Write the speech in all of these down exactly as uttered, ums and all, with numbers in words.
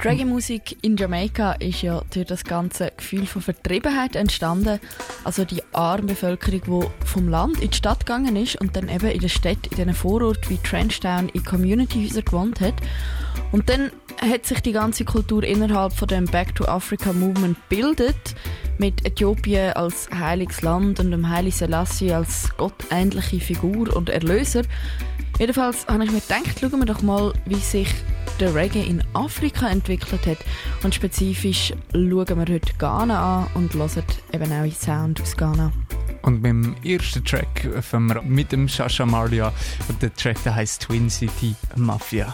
Die Reggae-Musik in Jamaika ist ja durch das ganze Gefühl von Vertriebenheit entstanden. Also die arme Bevölkerung, die vom Land in die Stadt gegangen ist und dann eben in der Stadt, in diesen Vororten wie Trenchtown, in Community-Häusern gewohnt hat. Und dann hat sich die ganze Kultur innerhalb von dem Back to Africa Movement gebildet, mit Äthiopien als heiliges Land und dem Haile Selassie als gottähnliche Figur und Erlöser. Jedenfalls habe ich mir gedacht, schauen wir doch mal, wie sich der Reggae in Afrika entwickelt hat. Und spezifisch schauen wir heute Ghana an und hören eben auch den Sound aus Ghana. Und mit dem ersten Track fangen wir mit dem Shasha Marley an. Und der Track der heisst Twin City Mafia.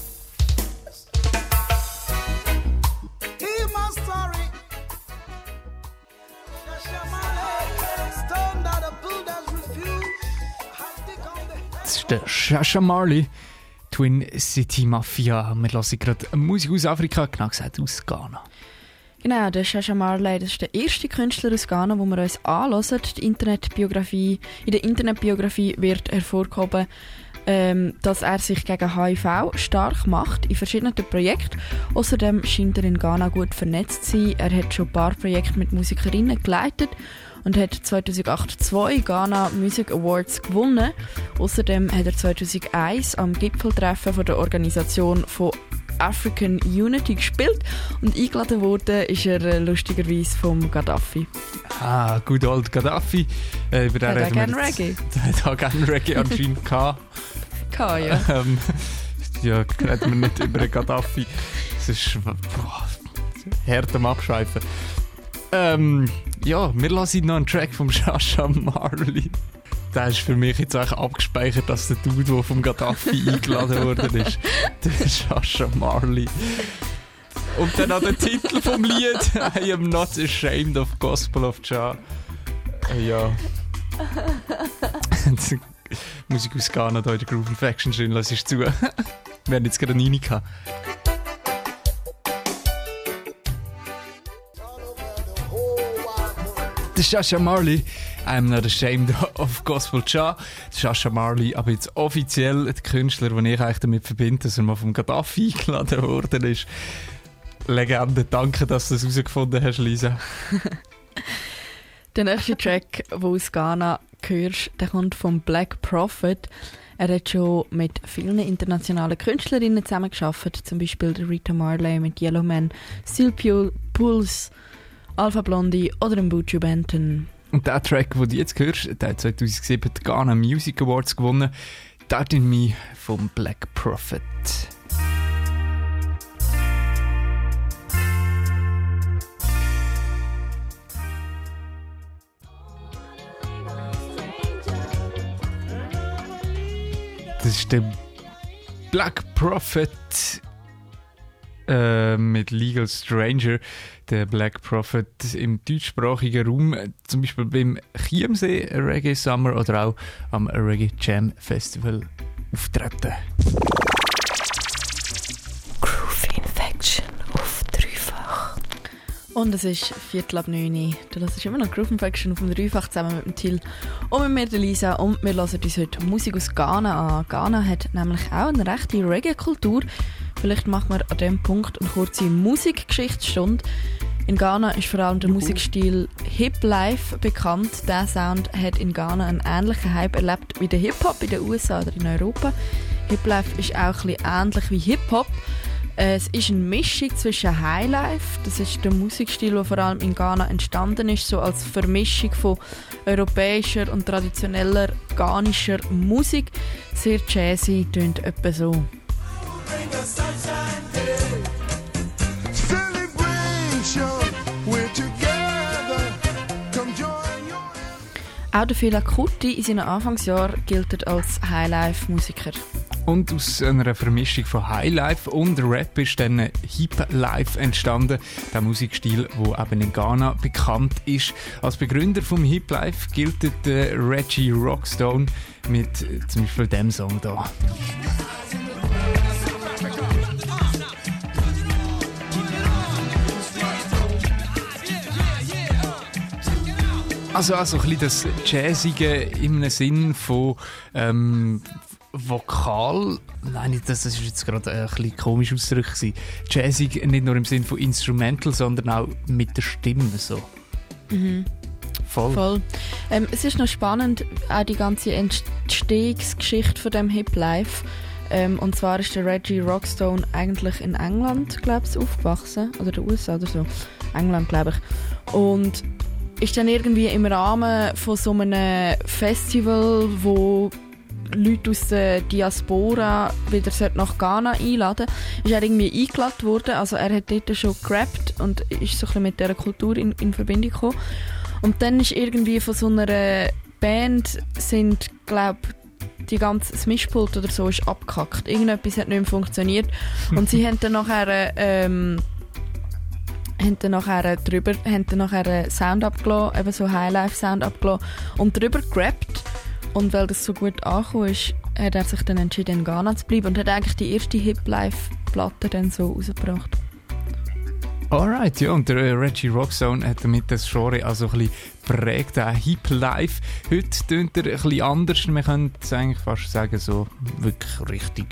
Das ist der Shasha Marley, Twin City Mafia. Wir hören gerade Musik aus Afrika, genau gesagt aus Ghana. Genau, der Shasha Marley, das ist der erste Künstler aus Ghana, den wir uns anhören. Die Internetbiografie, in der Internetbiografie wird hervorgehoben, ähm, dass er sich gegen H I V stark macht in verschiedenen Projekten. Außerdem scheint er in Ghana gut vernetzt zu sein. Er hat schon ein paar Projekte mit Musikerinnen geleitet und hat zweitausendacht zwei Ghana Music Awards gewonnen. Außerdem hat er zweitausendeins am Gipfeltreffen von der Organisation von African Unity gespielt und eingeladen wurde ist er äh, lustigerweise vom Gaddafi. Ah, good old Gaddafi. Äh, über der hat auch gerne Reggae. Der hat auch gerne Reggae anscheinend gehabt. Kann, ja. ähm, ja, reden wir nicht über den Gaddafi. Das ist boah, hart am Abschweifen. Ähm, ja, wir lassen noch einen Track vom Shasha Marley. Der ist für mich jetzt eigentlich abgespeichert, dass der Dude, der vom Gaddafi eingeladen worden ist, der Shasha Marley. Und dann noch der Titel vom Lied I am not ashamed of Gospel of Jah. Ja. Musik aus Ghana, hier in der Groove Infection, schön, lass ich zu. Wir haben jetzt gerade eine Reine gehabt. Der Shasha Marley, I'm not ashamed of Gospel Jah. Der Shasha Marley, aber jetzt offiziell der Künstler, den ich eigentlich damit verbinde, dass er mal vom Gaddafi eingeladen worden ist. Legende, danke, dass du das herausgefunden hast, Lisa. Der nächste Track, den aus Ghana hörst, der kommt von Black Prophet. Er hat schon mit vielen internationalen Künstlerinnen zusammengearbeitet, zum Beispiel Rita Marley mit Yellowman, Steel Pulse, Alpha Blondie oder Buju Banton. Und der Track, den du jetzt hörst, der hat zweitausendsieben die Ghana Music Awards gewonnen. «Dirt in Me» von Black Prophet. Das ist der Black Prophet äh, mit Legal Stranger. Der Black Prophet im deutschsprachigen Raum, zum Beispiel beim Chiemsee Reggae Summer oder auch am Reggae Jam Festival auftreten. Groove Infection auf dreifach. Und es ist Viertel ab neun. Du hörst immer noch Groove Infection auf dem Dreifach zusammen mit dem Till und mit mir, der Lisa. Und wir hören uns heute Musik aus Ghana an. Ghana hat nämlich auch eine rechte Reggae-Kultur. Vielleicht machen wir an diesem Punkt eine kurze Musikgeschichtsstunde. In Ghana ist vor allem der Juhu. Musikstil Hip-Life bekannt. Dieser Sound hat in Ghana einen ähnlichen Hype erlebt wie der Hip-Hop in den U S A oder in Europa. Hip-Life ist auch ein bisschen ähnlich wie Hip-Hop. Es ist eine Mischung zwischen Highlife, das ist der Musikstil, der vor allem in Ghana entstanden ist, so als Vermischung von europäischer und traditioneller ghanischer Musik. Sehr jazzy, tönt etwa so. Auch der Fela Kuti in seinen Anfangsjahren gilt als Highlife-Musiker. Und aus einer Vermischung von Highlife und Rap ist dann Hip-Life entstanden, der Musikstil, der eben in Ghana bekannt ist. Als Begründer vom Hip-Life gilt der Reggie Rockstone mit zum Beispiel dem Song hier. Also, also ein bisschen das Jazzige im Sinn von ähm, Vokal, nein, das ist jetzt gerade ein bisschen komisch ausgedrückt. Jazzig nicht nur im Sinne von Instrumental, sondern auch mit der Stimme. So. Mhm. Voll. Voll. Ähm, es ist noch spannend, auch die ganze Entstehungsgeschichte von dem Hip Life. Ähm, und zwar ist der Reggie Rockstone eigentlich in England, glaube ich, aufgewachsen. Oder der U S A oder so. England, glaube ich. Und ist dann irgendwie im Rahmen von so einem Festival, wo Leute aus der Diaspora wieder nach Ghana einladen, ist er irgendwie eingeladen worden. Also er hat dort schon gerappt und ist so ein bisschen mit dieser Kultur in, in Verbindung gekommen. Und dann ist irgendwie von so einer Band sind, glaube die ganze das Mischpult oder so ist abgekackt. Irgendetwas hat nicht mehr funktioniert. Und sie haben dann nachher ähm, haben dann nachher drüber, haben dann nachher Sound abgelassen, eben so Highlife-Sound abgelassen und drüber gerappt. Und weil das so gut angekommen ist, hat er sich dann entschieden, in Ghana zu bleiben und hat eigentlich die erste Hip-Life-Platte dann so rausgebracht. Alright, ja, und der äh, Reggie Rockstone hat damit das Genre also ein bisschen prägt, auch Hip-Life. Heute tönt er ein bisschen anders, man könnte es eigentlich fast sagen, so wirklich richtig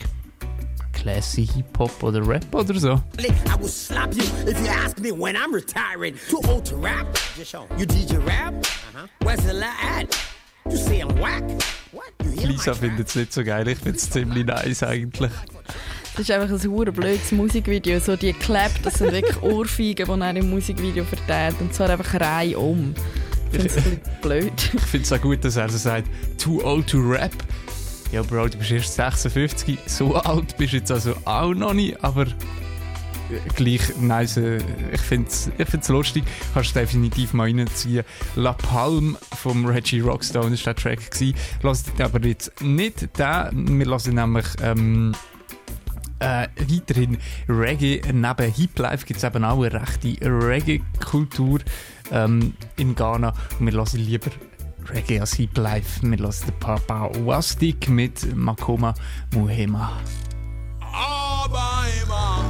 classy Hip-Hop oder Rap oder so. I will slap you if you ask me when I'm retiring. Too old to rap? You D J rap? Uh-huh. Where's the la at? You say I'm whack? What? You hear Lisa findet es nicht so geil, ich finde es ziemlich nice eigentlich. Das ist einfach ein super blödes Musikvideo. So die Clap, das sind wirklich Ohrfeigen, die er im Musikvideo verteilt. Und zwar einfach Reihe um. Ich finde es ein bisschen blöd. Ich finde es auch gut, dass er so sagt, too old to rap. Ja, Bro, du bist erst sechsundfünfzig, so alt bist du jetzt also auch noch nicht, aber gleich nice. Ich finde es ich find's lustig. Kannst du definitiv mal reinziehen. La Palme vom Reggie Rockstone war der Track. Lasst aber jetzt nicht den. Wir lassen nämlich ähm, äh, weiterhin Reggae. Neben Hip Life gibt es eben auch eine rechte Reggae-Kultur ähm, in Ghana. Und wir lassen lieber Reggae als Hip Life. Wir lassen den Papa Wastik mit Makoma Muhema. Abaima,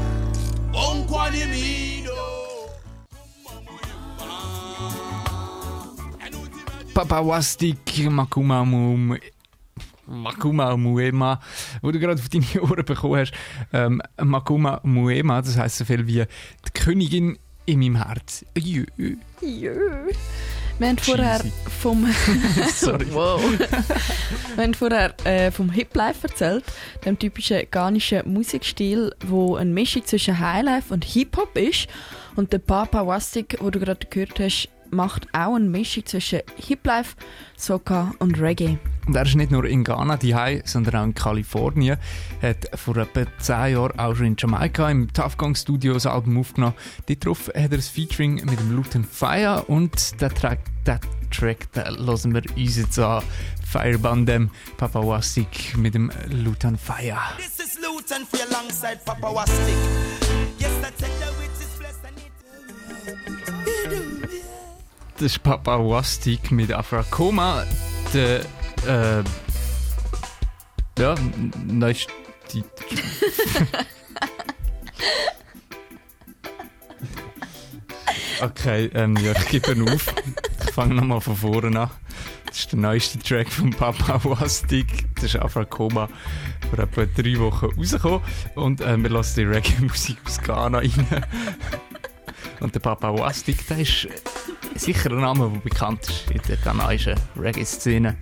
Papa Wastik, Makoma Muhema. Makoma Muhema, wo du gerade auf deine Ohren bekommen hast. Ähm, Makoma Muhema, das heisst so viel wie die Königin in meinem Herz. Jö. Jö. Wir haben vorher vom, Sorry. wow. Wir haben vorher äh, vom Hip-Life erzählt, dem typischen ghanischen Musikstil, wo eine Mischung zwischen Highlife und Hip-Hop ist. Und der Papa Wastik, den du gerade gehört hast, macht auch eine Mischung zwischen Hip-Life, Soca und Reggae. Und er ist nicht nur in Ghana daheim, sondern auch in Kalifornien. Er hat vor etwa zehn Jahren auch schon in Jamaika im Tough Gang Studio ein Album aufgenommen. Darauf hat er ein Featuring mit dem Lutan Fyah und den Track, den Track den hören wir uns jetzt an. Firebandem, Papa Wastik mit dem Lutan Fyah. This is Lutan Fyah alongside Papa Wastik. Yes, that's it, which is blessed and it. Das ist Papa Wastik mit Afrakoma. Der Äh, ja, neueste. Okay, ähm, ja, ich gebe ihn auf. Ich fange nochmal von vorne an. Das ist der neueste Track von Papa Wastik. Das ist Afrakoma vor etwa drei Wochen rausgekommen. Und äh, wir lassen die Reggae-Musik aus Ghana rein. Und der Papa Wastik, der ist sicher ein Name, der bekannt ist in der ghanaischen Reggae-Szene.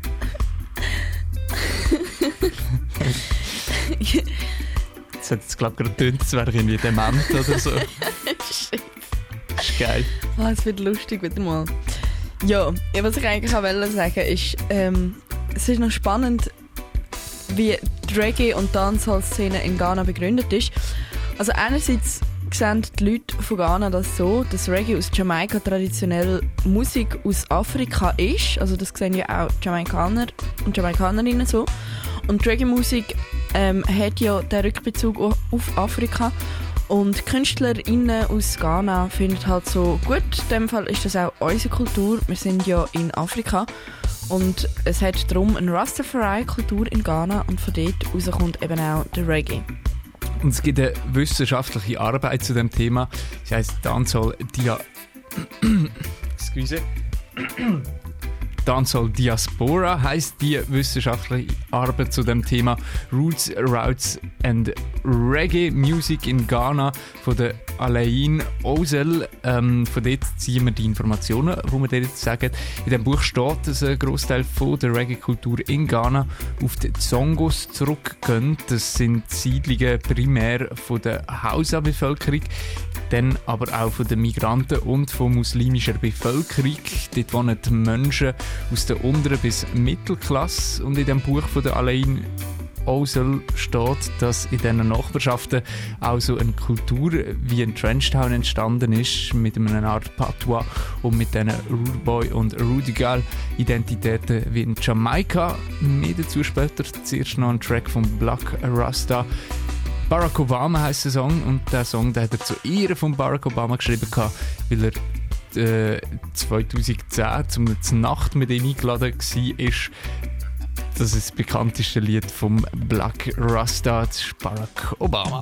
Jetzt hat es, glaube ich, gerade getönt, als wäre irgendwie dement oder so. Shit. Das ist geil. Oh, es wird lustig wieder mal. Ja, was ich eigentlich auch wollte sagen ist, ähm, es ist noch spannend, wie die Reggae- und Dancehall-Szene in Ghana begründet ist. Also einerseits sehen die Leute von Ghana das so, dass Reggae aus Jamaika traditionell Musik aus Afrika ist. Also das sehen ja auch Jamaikaner und Jamaikanerinnen so. Und Reggae-Musik ähm, hat ja den Rückbezug auf Afrika. Und KünstlerInnen aus Ghana finden halt so, gut, in dem Fall ist das auch unsere Kultur. Wir sind ja in Afrika. Und es hat darum eine Rastafari-Kultur in Ghana. Und von dort raus kommt eben auch der Reggae. Und es gibt eine wissenschaftliche Arbeit zu dem Thema. Sie heisst Dancehall Dia... Excuse. Dancehall Diaspora heisst die wissenschaftliche Arbeit zu dem Thema Roots, Routes and Reggae Music in Ghana von der Alain Ozel. Ähm, von dort ziehen wir die Informationen, die wir dir jetzt sagen. In diesem Buch steht, dass ein Grossteil von der Reggae-Kultur in Ghana auf die Zongos zurückgeht. Das sind Siedlungen primär von der Hausa-Bevölkerung, dann aber auch von den Migranten und von muslimischer Bevölkerung. Dort wohnen die Menschen aus der unteren bis Mittelklasse. Und in dem Buch von der Alain Ozel steht, dass in diesen Nachbarschaften auch so eine Kultur wie in Trenchtown entstanden ist, mit einer Art Patois und mit diesen Rude Boy und Rudigal Identitäten wie in Jamaika. Mehr dazu später. Zuerst noch ein Track von Black Rasta. Barack Obama heisst der Song, und der Song den hat er zu Ehren von Barack Obama geschrieben, weil er äh, zweitausendzehn zum Nacht mit ihm eingeladen war. Das ist das bekannteste Lied vom Black Rasta, das ist Barack Obama.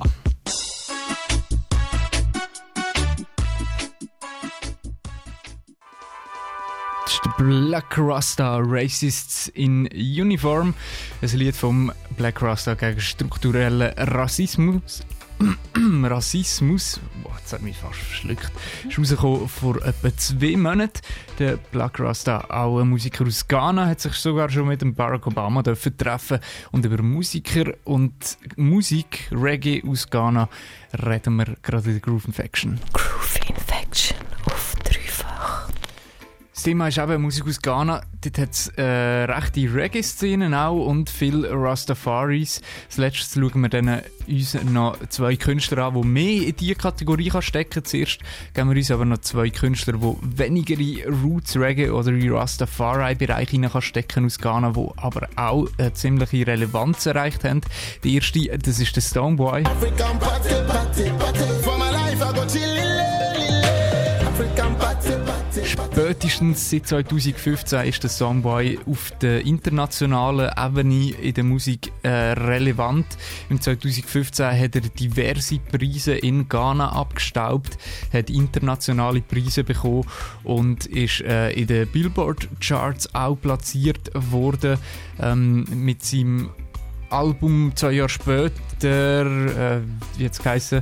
Das ist der Black Rasta, Racists in Uniform. Ein Lied vom Black Rasta gegen strukturellen Rassismus. Rassismus, boah, jetzt hat mich fast verschluckt, ist rausgekommen vor etwa zwei Monaten. Der Black Rasta, auch ein Musiker aus Ghana, hat sich sogar schon mit dem Barack Obama dürfen treffen. Und über Musiker und Musik, Reggae aus Ghana, reden wir gerade in der Groove Infection. Groove Infection auf dreifach. Das Thema ist eben Musik aus Ghana. Dort hat es äh, rechte Reggae-Szenen auch und viele Rastafaris. Als letztes schauen wir dann uns noch zwei Künstler an, die mehr in diese Kategorie stecken kann. Zuerst geben wir uns aber noch zwei Künstler, die weniger in Roots, Reggae oder in Rastafari-Bereich stecken aus Ghana, die aber auch eine ziemliche Relevanz erreicht haben. Der erste, das ist der Stonebwoy. African Party, Party, Party. For my life I go chillin'. African Party, Party. Spätestens seit zweitausendfünfzehn ist der Stonebwoy auf der internationalen Ebene in der Musik äh, relevant. Im zweitausendfünfzehn hat er diverse Preise in Ghana abgestaubt, hat internationale Preise bekommen und ist äh, in den Billboard-Charts auch platziert worden. Ähm, mit seinem Album zwei Jahre später, äh, wie hat es geheißen?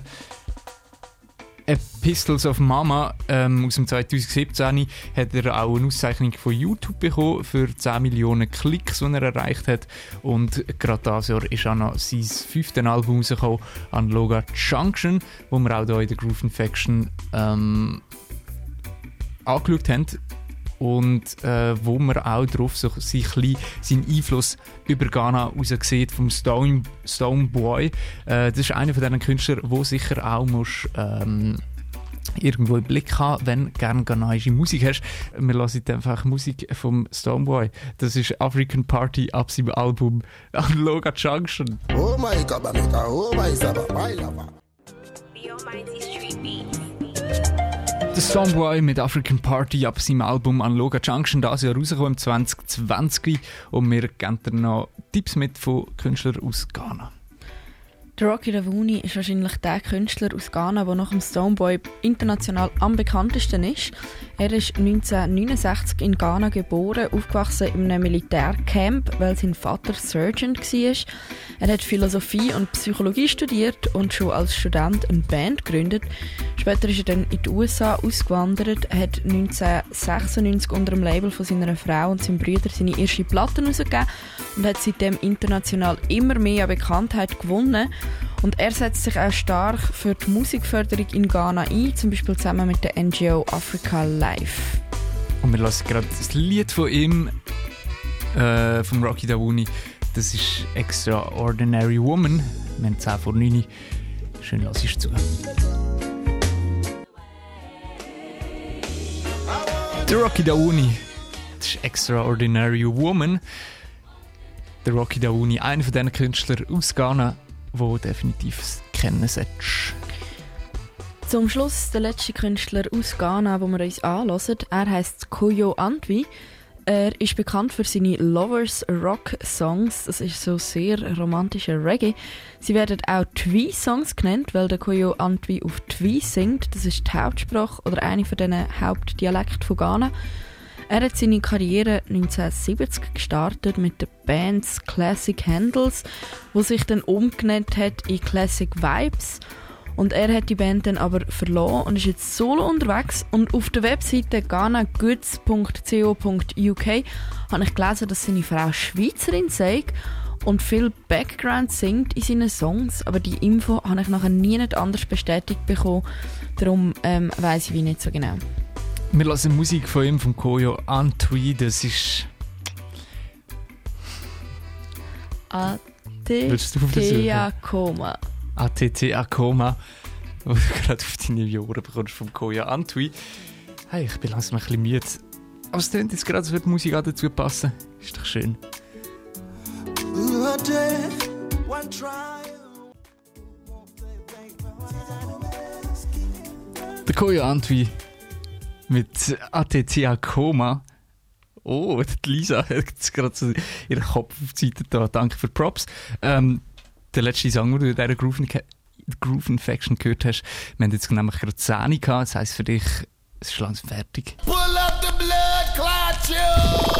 Epistles of Mama ähm, aus dem zweitausendsiebzehn hat er auch eine Auszeichnung von YouTube bekommen für zehn Millionen Klicks, die er erreicht hat. Und gerade dieses Jahr ist auch noch sein fünftes Album rausgekommen, Anloga Junction, wo wir auch hier in der Groove Infection ähm, angeschaut haben. Und äh, wo man auch darauf so sich seinen Einfluss über Ghana raus sieht, vom Stone, Stonebwoy. Äh, das ist einer von diesen Künstlern, der sicher auch musst, ähm, irgendwo im Blick haben, wenn du gerne ghanaische Musik hast. Wir hören einfach Musik vom Stonebwoy. Das ist African Party ab seinem Album Anloga Junction. Oh my God, oh my Sabah, my lover. The Almighty Street Beats. Der Stonebwoy mit African Party ab seinem Album Anloga Junction, das Jahr rausgekommen im zwanzig zwanzig. Und wir geben dir noch Tipps mit von Künstlern aus Ghana. Der Rocky Davuni ist wahrscheinlich der Künstler aus Ghana, der nach dem Stonebwoy international am bekanntesten ist. Er ist neunzehnhundertneunundsechzig in Ghana geboren, aufgewachsen in einem Militärcamp, weil sein Vater Sergeant war. Er hat Philosophie und Psychologie studiert und schon als Student eine Band gegründet. Später ist er dann in die U S A ausgewandert, hat neunzehnhundertsechsundneunzig unter dem Label von seiner Frau und seinem Bruder seine erste Platte herausgegeben und hat seitdem international immer mehr an Bekanntheit gewonnen. Und er setzt sich auch stark für die Musikförderung in Ghana ein, zum Beispiel zusammen mit der N G O Africa Life. Und wir hören gerade das Lied von ihm, äh, von Rocky Davuni. Das ist Extraordinary Woman. Wir haben zehn vor neun. Schön, lass es zu. Der Rocky Davuni. Das ist Extraordinary Woman. Der Rocky Davuni, einer von diesen Künstlern aus Ghana, wo definitiv kennen solltest. Zum Schluss der letzte Künstler aus Ghana, den wir uns anhören. Er heisst Koyo Antwi. Er ist bekannt für seine Lovers Rock Songs. Das ist so sehr romantischer Reggae. Sie werden auch Twi Songs genannt, weil der Koyo Antwi auf Twi singt. Das ist die Hauptsprache oder eine von den Hauptdialekten von Ghana. Er hat seine Karriere neunzehnhundertsiebzig gestartet mit den Bands Classic Handles, wo sich dann umgenannt hat in Classic Vibes. Und er hat die Band dann aber verloren und ist jetzt solo unterwegs. Und auf der Webseite ghana goods punkt co punkt u k habe ich gelesen, dass seine Frau Schweizerin sei und viel Background singt in seinen Songs. Aber die Info habe ich nachher nie nicht anders bestätigt bekommen. Darum ähm, weiss ich wie nicht so genau. Wir hören Musik von ihm, von Koyo Antwi. Das ist... A T T A Koma. A T T A Koma, wo du gerade auf deine Ohren bekommst vom Koyo Antwi. Hey, ich bin langsam ein bisschen müde. Aber es klingt jetzt gerade, als würde die Musik auch dazu passen. Ist doch schön. Der Koyo Antwi mit A T T A Koma. Oh, die Lisa hat jetzt gerade so ihren Kopf auf die Seite da. Danke für Props. Ähm, der letzte Song, den du in dieser Groove, Groove Infection gehört hast, wir haben jetzt nämlich gerade zehn gehabt. Das heisst für dich, es ist langsam fertig. Pull up the blood clot, you!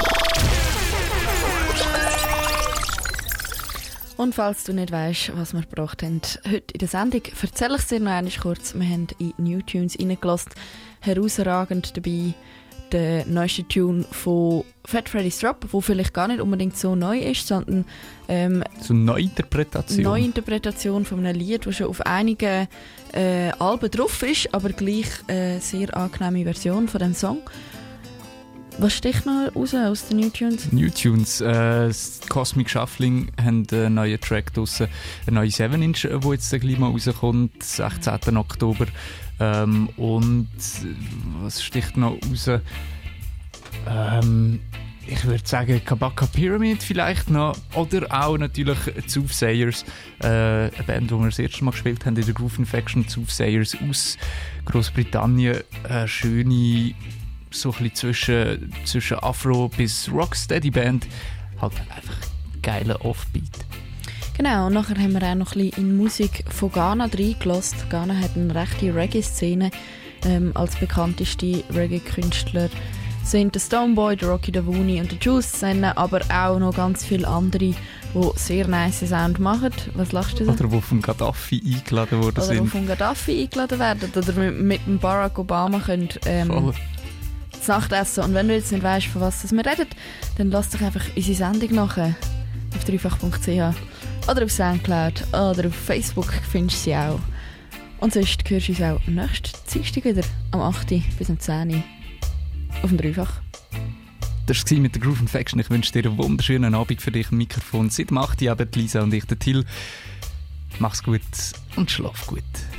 Und falls du nicht weißt, was wir gebracht haben, heute in der Sendung, erzähle ich es dir noch einmal kurz. Wir haben in New Tunes reingelassen, herausragend dabei der neueste Tune von Fat Freddy's Drop, der vielleicht gar nicht unbedingt so neu ist, sondern ähm, so eine Neuinterpretation. Neuinterpretation von einem Lied, das schon auf einigen äh, Alben drauf ist, aber gleich eine sehr angenehme Version von dem Song. Was sticht noch raus aus den New Tunes? New Tunes. Äh, Cosmic Shuffling haben einen neuen Track draussen, eine neue seven inch, der jetzt gleich mal rauskommt, sechzehnten Oktober. Ähm, und was sticht noch raus? Ähm, ich würde sagen Kabaka Pyramid vielleicht noch. Oder auch natürlich Soothsayers, äh, eine Band, die wir das erste Mal gespielt haben in der Groove Infection. Soothsayers aus Großbritannien. Eine schöne, so ein bisschen zwischen, zwischen Afro bis Rocksteady Band. Halt einfach geiler Offbeat. Genau, und nachher haben wir auch noch ein bisschen in Musik von Ghana reingelassen. Ghana hat eine rechte Reggae-Szene. Ähm, als bekannteste Reggae-Künstler sind der Stonebwoy, der Rocky Davuni und der Juice, aber auch noch ganz viele andere, die sehr nice Sound machen. Was lachst du da? Oder die von Gaddafi eingeladen worden oder sind. Oder die von Gaddafi eingeladen werden. Oder mit, mit dem Barack Obama können, ähm, das Nachtessen. Und wenn du jetzt nicht weißt, von was wir reden, dann lass dich einfach unsere Sendung nachher auf dreifach punkt c h oder auf Soundcloud oder auf Facebook findest du sie auch. Und sonst hörst du uns auch nächsten Dienstag wieder am acht bis um zehn auf dem Dreifach. Das war mit der Groove Infection. Ich wünsche dir einen wunderschönen Abend für dich am Mikrofon. Seit dem acht eben Lisa und ich, der Till. Mach's gut und schlaf gut.